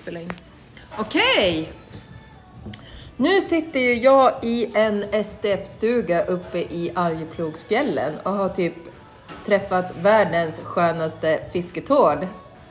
spela in. Okej! Nu sitter ju jag i en STF-stuga uppe i Arjeplogsfjällen och har typ träffat världens skönaste fisketård.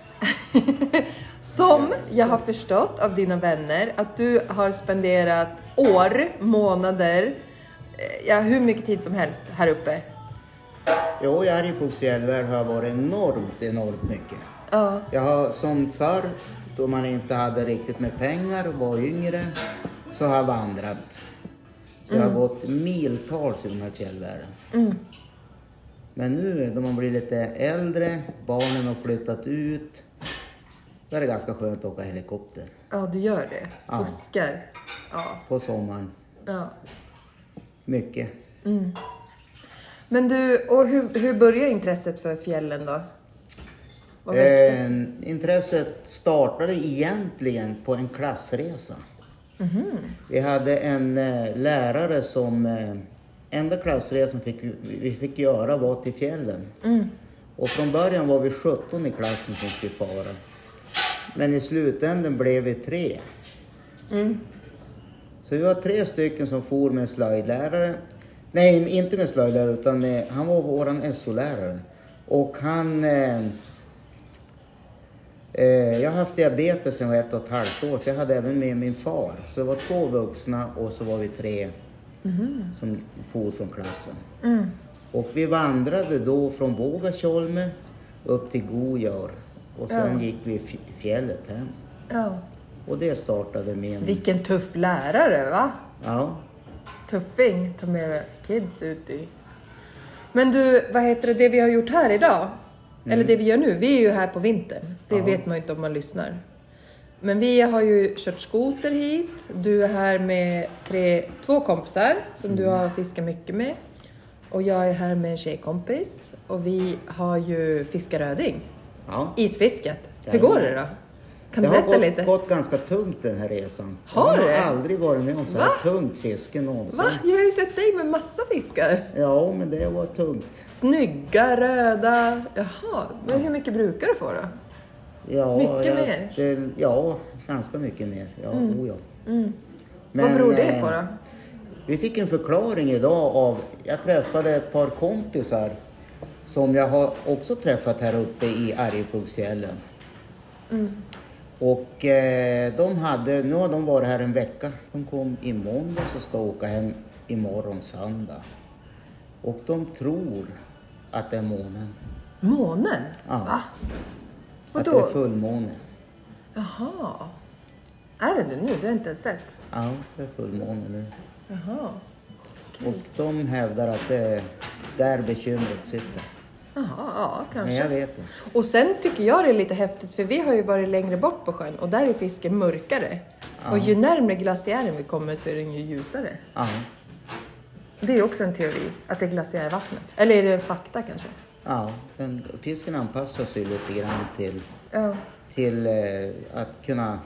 Som jag har förstått av dina vänner att du har spenderat år, månader, ja, hur mycket tid som helst här uppe. Jo, i Arjeplogs fjällvärld har varit enormt mycket. Ja. Jag har som förr, då man inte hade riktigt med pengar och var yngre, så har jag vandrat. Så jag har gått miltals i den här fjällvärlden. Men nu, då man blir lite äldre, barnen har flyttat ut, då är det ganska skönt att åka helikopter. Ja, du gör det. Ja. Fuskar. Ja. På sommaren. Ja. Mycket. Men du, och hur började intresset för fjällen då? Vad väcktes det? Intresset startade egentligen på en klassresa. Vi hade en lärare som enda klassresan vi fick göra var till fjällen. Och från början var vi 17 i klassen som skulle fara. Men i slutändan blev vi 3. Så vi var 3 stycken som for med slöjdlärare. Nej, inte med slöjdlärare utan han var våran SO-lärare. Och han... jag har haft diabetes sedan jag var 1,5 år, så jag hade även med min far. Så det var 2 vuxna och så var vi 3 som for från klassen. Och vi vandrade då från Vågatjolme upp till Gojar. Och sen gick vi fjället hem. Ja. Och det startade med... Vilken tuff lärare, va? Ja. Tuffing, ta med kids ut i. Men du, vad heter det vi har gjort här idag? Eller det vi gör nu, vi är ju här på vintern. Det vet man ju inte om man lyssnar. Men vi har ju kört skoter hit. Du är här med 2 kompisar som du har fiskat mycket med. Och jag är här med en tjejkompis. Och vi har ju fiskaröding. Ja. Isfisket. Hur går det då? Kan du berätta lite? Det har gått ganska tungt den här resan. Har det? Jag har aldrig varit med om så här tungt fiske någonsin. Va? Jag har ju sett dig med massa fiskar. Ja, men det var tungt. Snygga, röda. Jaha, men hur mycket brukar du få då? Ja, Mycket mer? Ja, ganska mycket mer. Ja, ja. Men, vad Men, beror det på då? Vi fick en förklaring idag av... Jag träffade ett par kompisar som jag har också träffat här uppe i Arjeplogsfjällen. Och nu har de varit här en vecka. De kom i måndag och ska åka hem imorgon söndag. Och de tror att det är månen. Månen? Ja. Va? Att det Vadå? är fullmåne. Jaha. Är det nu? Du har inte ens sett? Ja, det är fullmåne nu. Jaha. Och de hävdar att det är där bekymret sitter. Jaha, ja, kanske. Men jag vet inte. Och sen tycker jag det är lite häftigt för vi har ju varit längre bort på sjön och där är fisken mörkare. Ja. Och ju närmare glaciären vi kommer så är den ju ljusare. Ja. Det är också en teori, att det är glaciär i vattnet. Eller är det en fakta kanske? Ja, fisken anpassar sig lite grann till att kunna...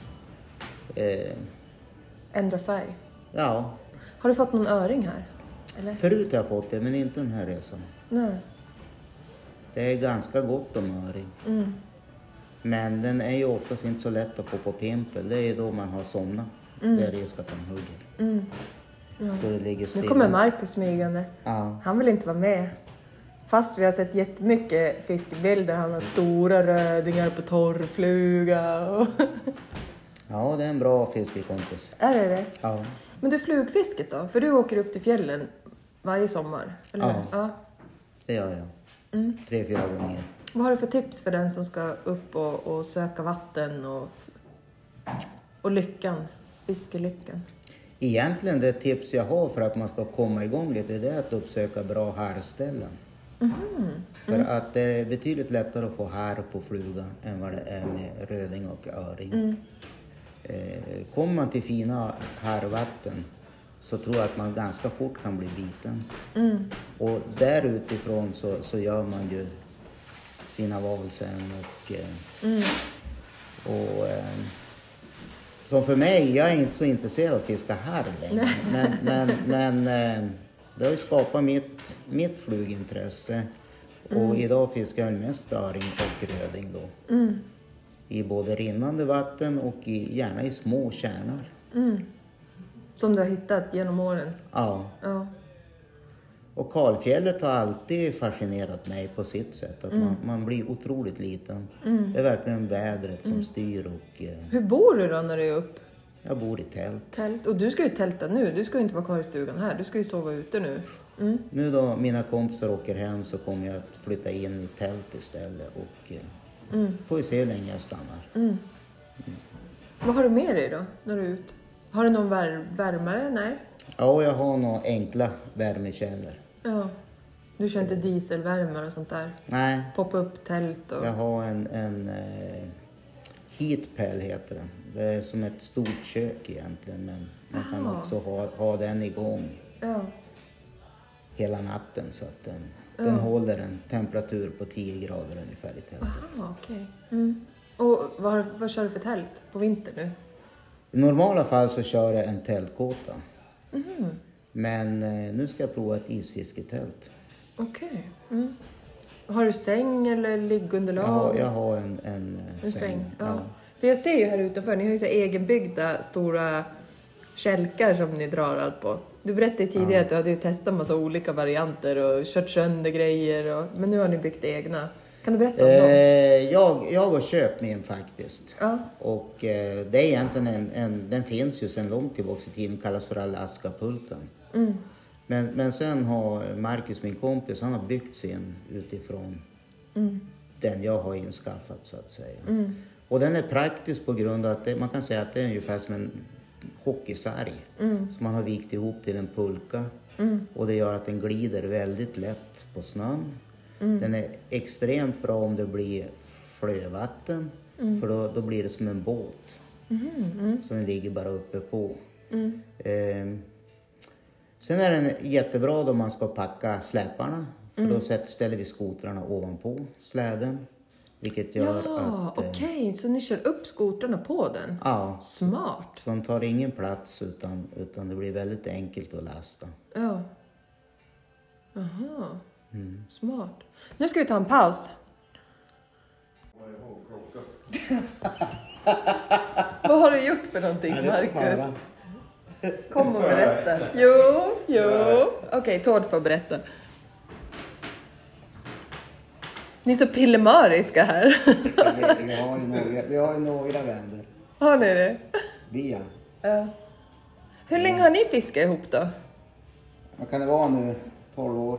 Ändra färg. Ja, Har du fått någon öring här? Eller? förut har jag fått det, men inte den här resan. Nej. Det är ganska gott om öring. Men den är ju oftast inte så lätt att få på pimpel. Det är då man har somnat. Det är risk att den hugger. Då det ligger Nu stilla. kommer Marcus smygande. Ja. Han vill inte vara med. Fast vi har sett jättemycket fiskbilder. Han har stora rödingar på torrfluga. Och Ja, det är en bra fiskekompis. är det? Ja. Men du, flugfisket då? För du åker upp till fjällen varje sommar, eller hur? Ja. Det gör jag. 3-4 gånger. Vad har du för tips för den som ska upp och söka vatten och lyckan? Fiskelyckan. Egentligen det tips jag har för att man ska komma igång lite, det är att uppsöka bra härställen. För att det är betydligt lättare att få här på fluga än vad det är med röding och öring. Kommer man till fina härvatten så tror jag att man ganska fort kan bli biten. Och där utifrån så gör man ju sina val sen. Så för mig, jag är inte så intresserad av att fiska här längre. Men det har ju skapat mitt flugintresse. Och idag fiskar jag mest öring och röding då. i både rinnande vatten och gärna i små kärnor. Som du har hittat genom åren? Ja. Ja. Och kalfjället har alltid fascinerat mig på sitt sätt. Att man blir otroligt liten. Det är verkligen vädret som styr. Och, Hur bor du då när du är upp? jag bor i tält. Och du ska ju tälta nu. Du ska ju inte vara kvar i stugan här. Du ska ju sova ute nu. Nu då mina kompisar åker hem så kommer jag att flytta in i tält istället. Och får vi se hur länge jag stannar. Vad har du med dig då när du är ute? Har du någon värmare? Nej. Ja, jag har några enkla värmekällor. Ja. Du kör inte dieselvärmare och sånt där? Nej. Poppa upp tält och... Jag har en heatpell heter den. Det är som ett stort kök egentligen. Men man kan också ha den igång hela natten. Så att den håller en temperatur på 10 grader ungefär i tältet. Aha, okej. Och vad kör du för tält på vintern nu? I normala fall så kör jag en tältkåta. Men nu ska jag prova ett isfisketält. Okej. Har du säng eller liggunderlag? Jag har en säng. Ja. För jag ser ju här utanför, ni har ju så egenbyggda stora kälkar som ni drar allt på. Du berättade tidigare att du hade ju testat massa olika varianter och kört sönder grejer. Men nu har ni byggt egna. Kan du berätta om dem? Jag har köpt min faktiskt. Ja. Och det är egentligen den finns ju sedan långt tillbaka i tiden, kallas för Alaska-pulkan. Men sen har Marcus, min kompis, han har byggt sin utifrån den jag har inskaffat så att säga. Och den är praktisk på grund av att man kan säga att det är ungefär som en hockeysarg. Som man har vikt ihop till en pulka. Och det gör att den glider väldigt lätt på snön. Den är extremt bra om det blir flövatten. För då blir det som en båt. Som den ligger bara uppe på. Sen är den jättebra då man ska packa släparna. För då ställer vi skotrarna ovanpå släden. Vilket gör att... okej. Så ni kör upp skotrarna på den? Ja. Smart. Så de tar ingen plats utan det blir väldigt enkelt att lasta. Ja. Aha. Smart. Nu ska vi ta en paus. Vad har du gjort för någonting, Marcus? Kom och berätta. Jo. Okej, Tord får berätta. Ni är så pillemariska här. Vi har ju några vänner. Har ni det? Vi Ja. Hur länge har ni fiskat ihop då? Vad kan det vara nu? 12 år?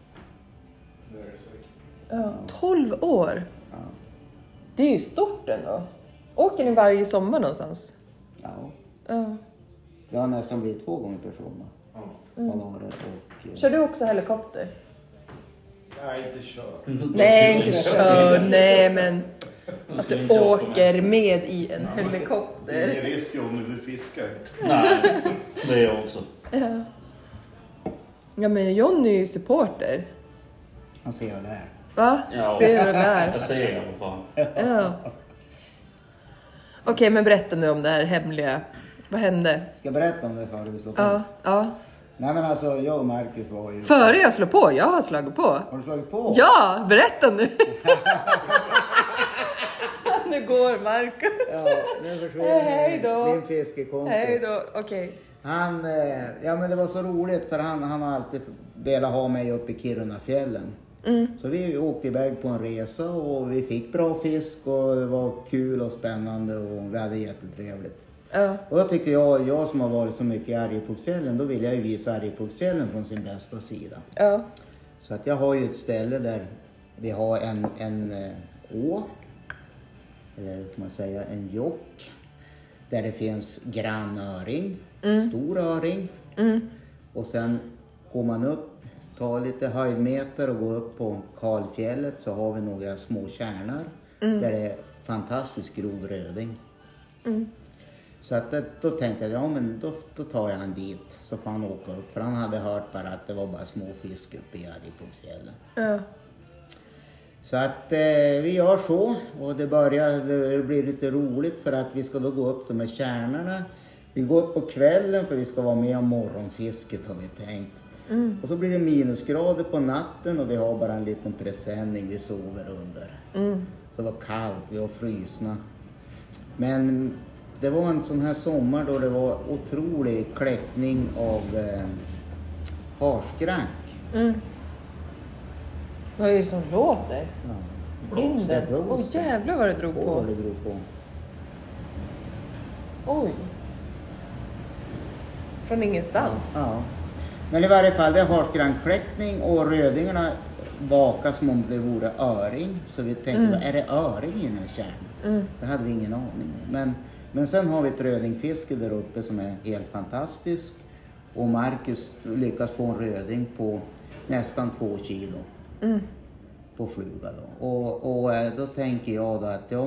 Ja, 12 år? Ja. Det är ju stort ändå. Åker ni varje sommar någonstans? Ja. Ja. Det har nästan blivit 2 gånger per sommar. Kör du också helikopter? Nej, inte kör. Nej, inte kör. Nej, men att du åker med i en helikopter. Det är ingen risk om du fiskar. Nej, det är jag också. Ja, men Johnny är ju supporter. Han ser jag där. Va? Ja. Ser du där? Jag ser det för fan. Ja. Okej, men berätta nu om det här hemliga. Vad hände? Ska jag berätta om det före vi slår på? Ja. Nej men alltså, jag och Marcus var ju... Före jag slår på? Jag har slagit på. Har du slagit på? Ja, berätta nu. Nu går Marcus. Ja, nu försvinner Hej då. min fiskekompis. Hej då, okej. Ja men det var så roligt för han har alltid velat ha mig uppe i Kirunafjällen. Så vi åkte iväg på en resa och vi fick bra fisk och det var kul och spännande och vi hade jättetrevligt. Ja. Och då tyckte jag som har varit så mycket i Arjeplogsfjällen, då vill jag ju visa Arjeplogsfjällen från sin bästa sida. Ja. Så att jag har ju ett ställe där vi har en å, eller kan man säga en jock, där det finns grannöring, stor öring. Och sen går man upp, tar lite höjdmeter och går upp på kalfjället så har vi några små kärnor där det är fantastiskt grov röding. Så att då tänkte jag, ja men då tar jag han dit så får han åka upp. För han hade hört bara att det var bara små fisk uppe i Arjeplogsfjällen. Ja. Så att vi gör så och det blir lite roligt för att vi ska då gå upp de här kärnorna. Vi går upp på kvällen för vi ska vara med om morgonfisket har vi tänkt. Och så blir det minusgrader på natten och vi har bara en liten presenning vi sover under. Så det var kallt, vi var frysna. Men det var en sån här sommar då det var otrolig kläckning av harskrank. Vad är det som låter? Ja. Vinden. Det blåser. Jävlar vad det drog på. Det drog på. Oj. Från ingenstans. Ja. Men i varje fall det är harskrankläckning och rödingarna vakar som om det vore öring. Så vi tänkte, är det öring i den här kärn? Det hade vi ingen aning. Men sen har vi ett rödingfiske där uppe som är helt fantastisk. Och Marcus lyckas få en röding på nästan 2 kilo. På fluga då. Och då tänker jag då att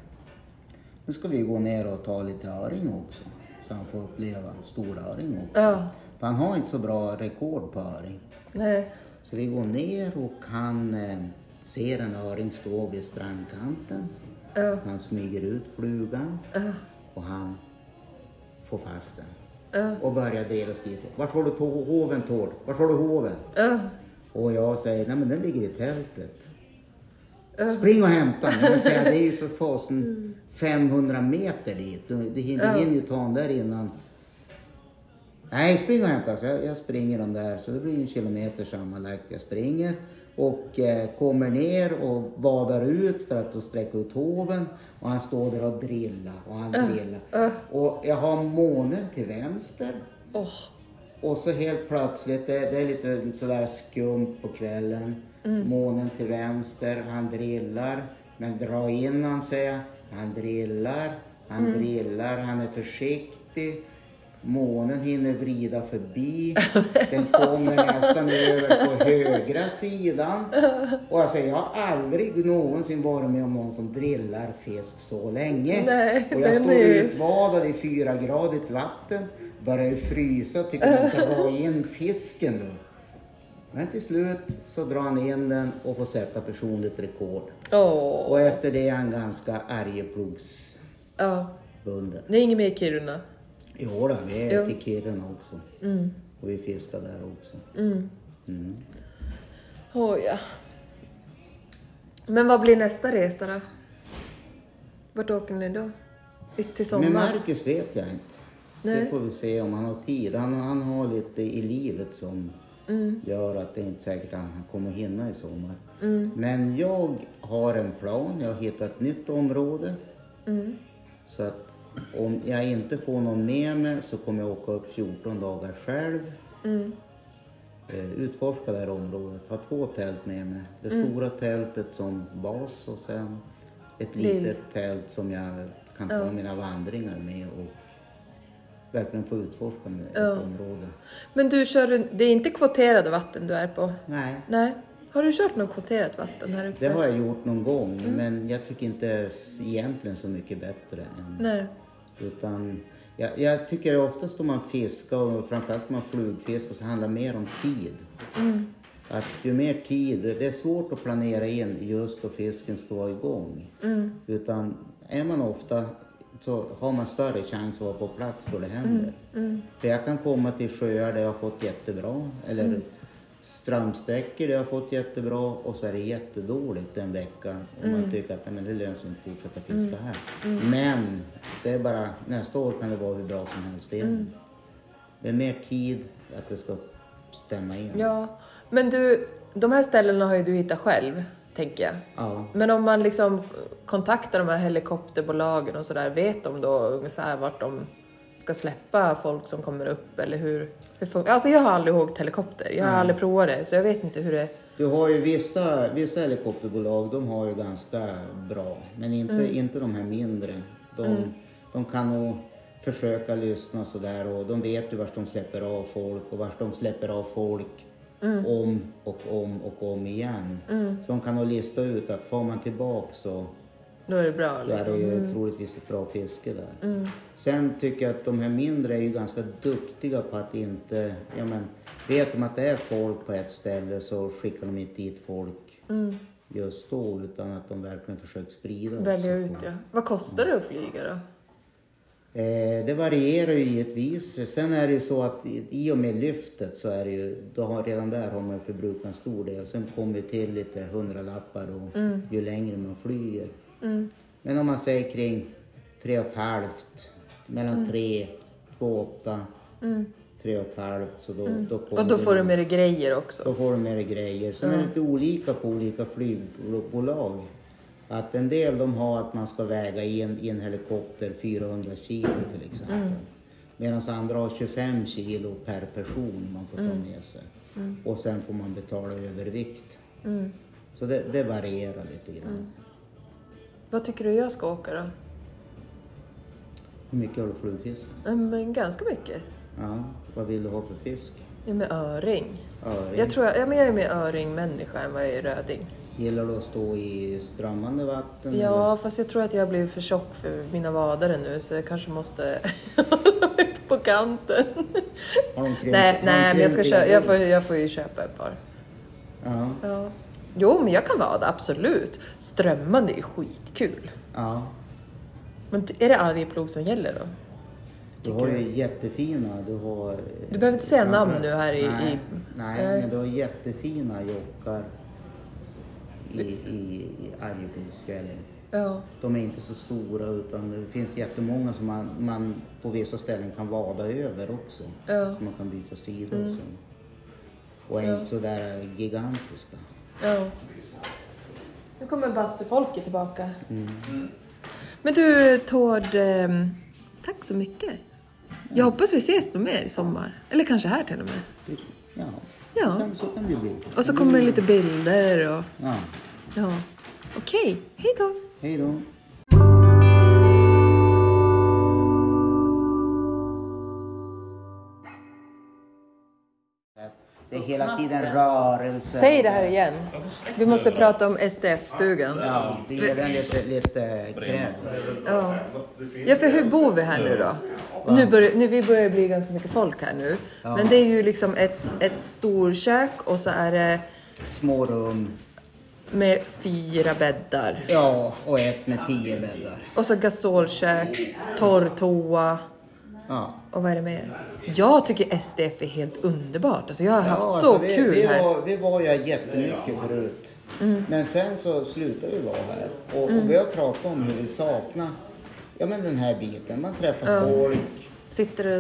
nu ska vi gå ner och ta lite öring också. Så han får uppleva storöring också. Ja. För han har inte så bra rekord på öring. Nej. Så vi går ner och han ser en öring stå vid strandkanten. Han smyger ut flugan. Och han får fast den. Och börjar drela och skriva. Vart har du hoven, Tord? Vart har du hoven? Och jag säger, nej men den ligger i tältet. Spring och hämta den. Jag säger, det är ju för fasen 500 meter dit. Det hinner ju ta den där innan. Nej, spring och hämta. Så jag springer den där. Så det blir 1 kilometer sammanlagt. Jag springer och kommer ner och vadar ut för att då sträcka ut hoven. Och han står där och drillar. Och han drillar. Och jag har månen till vänster. Och så helt plötsligt, det är lite sådär skumt på kvällen. Månen till vänster, han drillar. Men dra in han säger. Han drillar, han är försiktig. Månen hinner vrida förbi. Den kommer nästan över på högra sidan. Och jag säger, jag har aldrig någonsin varit med om någon som drillar fisk så länge. Nej, och jag står utvadad i 4-gradigt vatten. Börjar frysa, tycker man ska dra in fisken nu. Men till slut så drar han in den och får sätta personligt rekord. Och efter det är han ganska Arjeplogsbunden. Det är inget mer i Kiruna? Jo då, vi är till Kiruna också. Och vi fiskar där också. Ja. Men vad blir nästa resa då? Vart åker ni då? Till sommar? Men Marcus vet jag inte. Nej. Det får vi se om han har tid. Han har lite i livet som gör att det inte är säkert att han kommer hinna i sommar. Men jag har en plan. Jag har hittat ett nytt område. Så att om jag inte får någon med mig så kommer jag åka upp 14 dagar själv. Utforska det här området. Ha 2 tält med mig. Det stora tältet som bas och sen ett litet tält som jag kan ta mina vandringar med och verkligen få utforska med ett område. Men det är inte kvoterade vatten du är på? Nej. Har du kört något kvoterat vatten här uppe? Det har jag gjort någon gång, men jag tycker inte egentligen så mycket bättre än... Nej. Utan jag tycker oftast om man fiskar och framförallt om man flugfiskar så handlar det mer om tid. Att ju mer tid, det är svårt att planera in just då fisken ska vara igång. Utan är man ofta så har man större chans att vara på plats då det händer. För jag kan komma till sjöar där jag har fått jättebra eller strömsträckor där jag har fått jättebra och så är det jättedåligt en vecka och man tycker att men det löser inte fortsätta fiska här. Men det är bara nästa år kan det vara hur bra som helst igen. Det är mer tid att det ska stämma in. Ja, men du, de här ställena har ju du hittat själv, tänker jag. Ja. Men om man liksom kontaktar de här helikopterbolagen och sådär, vet de då ungefär vart de ska släppa folk som kommer upp eller hur funkar? Alltså jag har aldrig åkt helikopter, jag har aldrig provat det så jag vet inte hur det... Du har ju vissa helikopterbolag, de har ju ganska bra, men inte de här mindre. De kan nog försöka lyssna sådär och de vet ju vart de släpper av folk och vart de släpper av folk om igen. Så de kan nog lista ut att får man tillbaka så då är det bra. då är det ju troligtvis ett bra fiske där. Sen tycker jag att de här mindre är ju ganska duktiga på att inte, vet de att det är folk på ett ställe så skickar de inte dit folk just då utan att de verkligen försöker sprida. Välja ut, ja. Vad kostar det att flyga då? Det varierar ju givetvis. Sen är det ju så att i och med lyftet så är det ju, redan där har man förbrukat en stor del. Sen kommer det till lite 100-lappar och ju längre man flyger. Men om man säger kring 3,5. Mellan 3, 2,8. 3,5. Så då kommer Och då får du med dig grejer också. Då får du med dig grejer. Sen är det lite olika på olika flygbolag. Att en del de har att man ska väga i en helikopter 400 kilo till exempel. Medan andra har 25 kilo per person man får ta med sig. Och sen får man betala övervikt. Så det varierar lite grann. Vad tycker du jag ska åka då? Hur mycket har du flugfisk? Men ganska mycket. Ja, vad vill du ha för fisk? Jag är med öring. Öring. Jag är med öring-människa än vad jag är röding. Gillar du att stå i strömmande vatten? Ja, eller? fast jag tror att jag har blivit för tjock för mina vadare nu. Så jag kanske måste på kanten. Nej, men jag ska jag får ju köpa ett par. Ja. Jo, men jag kan vada, absolut. Strömmande är skitkul. Ja. Men är det Arjeplog som gäller då? Du har ju jättefina, Du behöver inte säga namn nu här i... Nej, men du har jättefina jockar i Arjeplogsfjällen. Ja. De är inte så stora, utan det finns jättemånga som man på vissa ställen kan vada över också. Ja. Man kan byta sidor och så. Och är inte så där gigantiska. Ja. Nu kommer bastufolket tillbaka. Men du, Tord, tack så mycket. Jag hoppas vi ses då mer i sommar. Eller kanske här till och med. Ja. Så kan det bli. Och så kommer det lite bilder och... Ja. Okej, hej då. Hej då. Det är hela tiden rörelse. Säg det här igen. Vi måste prata om SDF-stugan. Ja, det ger den lite kräv. Ja, för hur bor vi här nu då? Vi börjar bli ganska mycket folk här nu. Ja. Men det är ju liksom ett storkök och så är det... Små rum. Med 4 bäddar. Ja, och ett med 10 bäddar. Och så gasolkök, torrtoa. Ja. Och vad är det mer? Jag tycker SDF är helt underbart. Alltså jag har haft så kul här. Vi var ju jättemycket förut. Men sen så slutade vi vara här. Och vi har pratat om hur vi saknar den här biten. Man träffar folk. Sitter och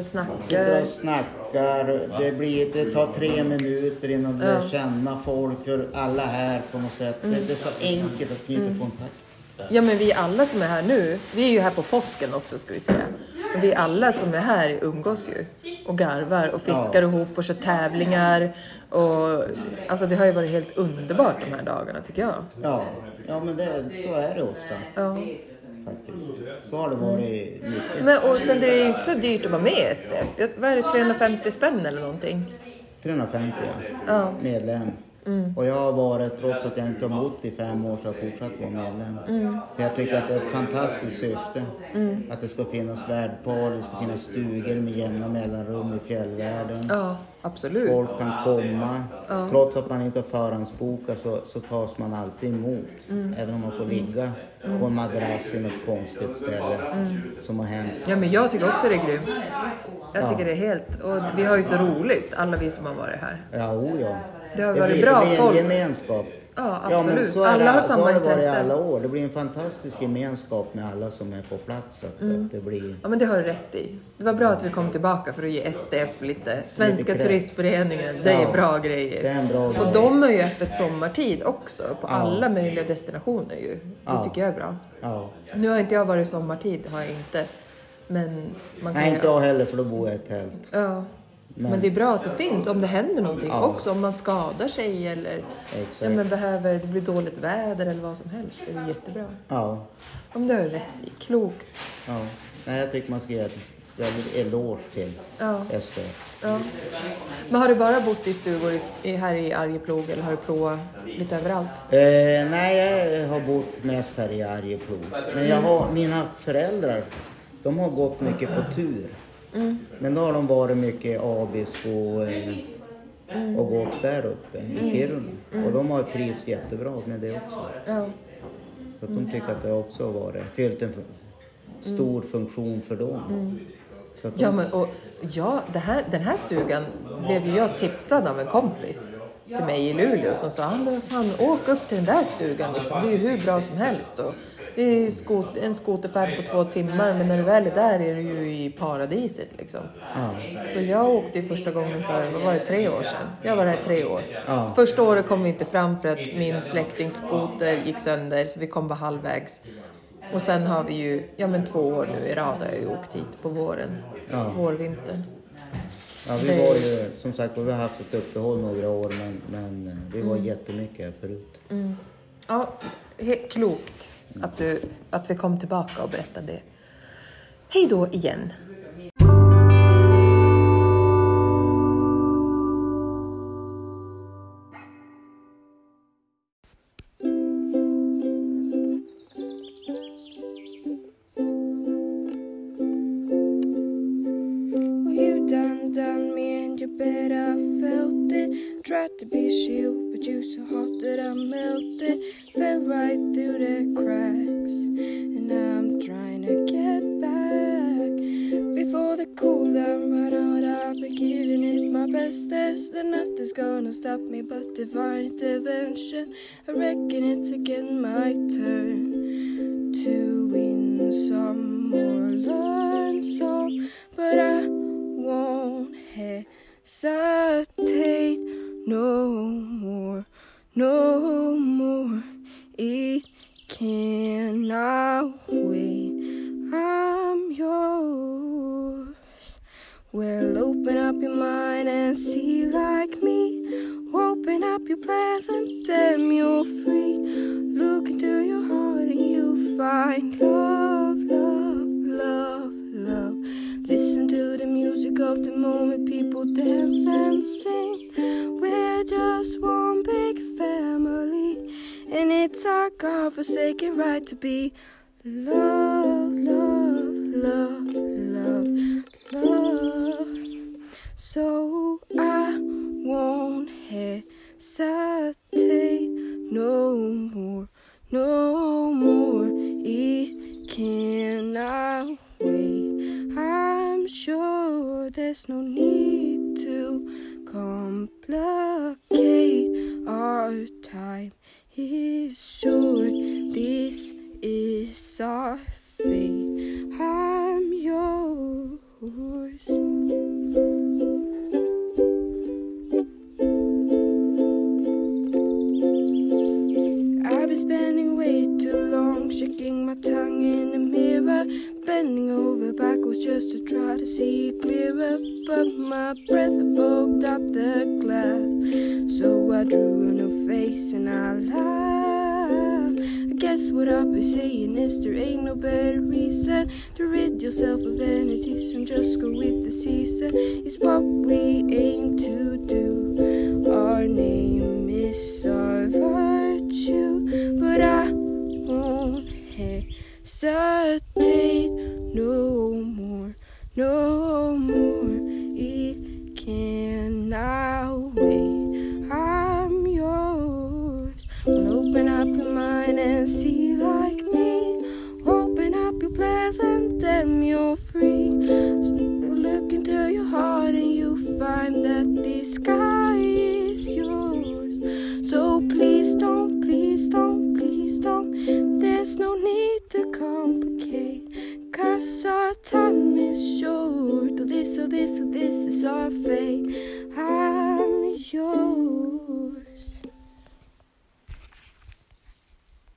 snackar. Det tar 3 minuter innan du lär känna folk. För alla här på något sätt. Det är så enkelt att knyta kontakt. Ja, men vi alla som är här nu, vi är ju här på påsken också ska vi säga. Och vi alla som är här umgås ju och garvar och fiskar ihop och kör tävlingar. Och, alltså det har ju varit helt underbart de här dagarna tycker jag. Ja men så är det ofta. Ja. Faktiskt. Så har det varit mycket. Men, och sen det är ju inte så dyrt att vara med i SDF. Vad är det, 350 spänn eller någonting? 350 medlem. Och jag har varit, trots att jag inte har bott i 5 år, så har jag fortsatt vara medlem. För jag tycker att det är ett fantastiskt syfte. Att det ska finnas värdpar, det ska finnas stugor med jämna mellanrum i fjällvärlden. Ja, absolut. Folk kan komma. Trots att man inte har förhandsbokat så tas man alltid emot. Även om man får ligga på en madrass i något konstigt ställe som har hänt. Ja, men jag tycker också det är grymt. Jag tycker det är helt... Och vi har ju så roligt, alla vi som har varit här. Ja. Det har varit bra folk. Det blir en gemenskap. Ja, absolut. Men så alla har samma intresse. Det varit alla år. Det blir en fantastisk gemenskap med alla som är på plats. Att det blir... Ja, men det har du rätt i. Det var bra att vi kom tillbaka för att ge SDF lite. Svenska turistföreningen, det är bra grejer. Det är en bra grej. Och de är ju öppet sommartid också. På alla möjliga destinationer ju. Det tycker jag är bra. Ja. Nu har inte jag varit sommartid, har jag inte. Men man kan... Nej, inte jag heller, för då bor jag i ett tält. Ja. Men det är bra att det finns om det händer någonting också. Om man skadar sig eller det blir dåligt väder eller vad som helst. Det är jättebra. Ja. Om det har rätt i. Klokt. Ja. Nej, jag tycker man ska ge ett eloge till SDF. Ja. Men har du bara bott i stugor här i Arjeplog eller har du provat lite överallt? Nej, jag har bott mest här i Arjeplog. Men mina föräldrar, de har gått mycket på tur. Men då har de varit mycket Abisko och gått där uppe i Kiruna. Och de har trivts jättebra med det också. Ja. Så att de tycker att det också har varit fyllt en stor funktion för dem. Så att den här stugan blev jag tipsad av en kompis till mig i Luleå som sa, fan åk upp till den där stugan liksom. Det är ju hur bra som helst och Det är en skoterfärd på 2 timmar, men när du väl är där är du ju i paradiset liksom. Ja. Så jag åkte ju första gången för, vad var det, 3 år sedan? Jag var där 3 år. Ja. Första året kom vi inte fram för att min släktingsskoter gick sönder, så vi kom bara halvvägs. Och sen har vi ju, 2 år nu i rad har jag ju åkt hit på våren. Ja. Vårvintern. Ja, vi var ju, som sagt, vi har haft ett uppehåll några år, men vi var jättemycket här förut. Ja, klokt att vi kom tillbaka och berättade det. Hej då igen. Done me and you bet I felt it. Tried to be shield, but you so hot that I melted. Fell right through the cracks, and I'm trying to get back. Before the cool down run out, I'll be giving it my bestest. And nothing's gonna stop me but divine intervention. I reckon it's again my turn to win some or learn some, but I won't hesitate no more, no more. It cannot wait. I'm yours. Well, open up your mind and see like me. Open up your plans and damn, you're free. Look into your heart and you find love, love, love, love. Listen to the music of the moment, people dance and sing. We're just one big family, and it's our God-forsaken right to be love, love, love, love, love. So I won't hesitate no more, no more. It cannot wait. I'm sure there's no need to complicate. Our time is short. This is our fate. I'm yours. I've been spending way too long shaking my tongue in the mirror, bending over backwards just to try to see clearer, but my breath fogged up the glass. So I drew a new face and I laughed. I guess what I've been saying is there ain't no better reason to rid yourself of energies and just go with the season. It's what we aim to do. Our name is our virtue, but I won't hesitate no more, no more. It cannot wait. I'm yours. Well, open up your mind and see like me. Open up your plans and damn, you're free. So look into your heart and you find that the sky is yours. So please don't, please don't, please don't. There's no need to complicate, 'cause our time is short. So this is our fate.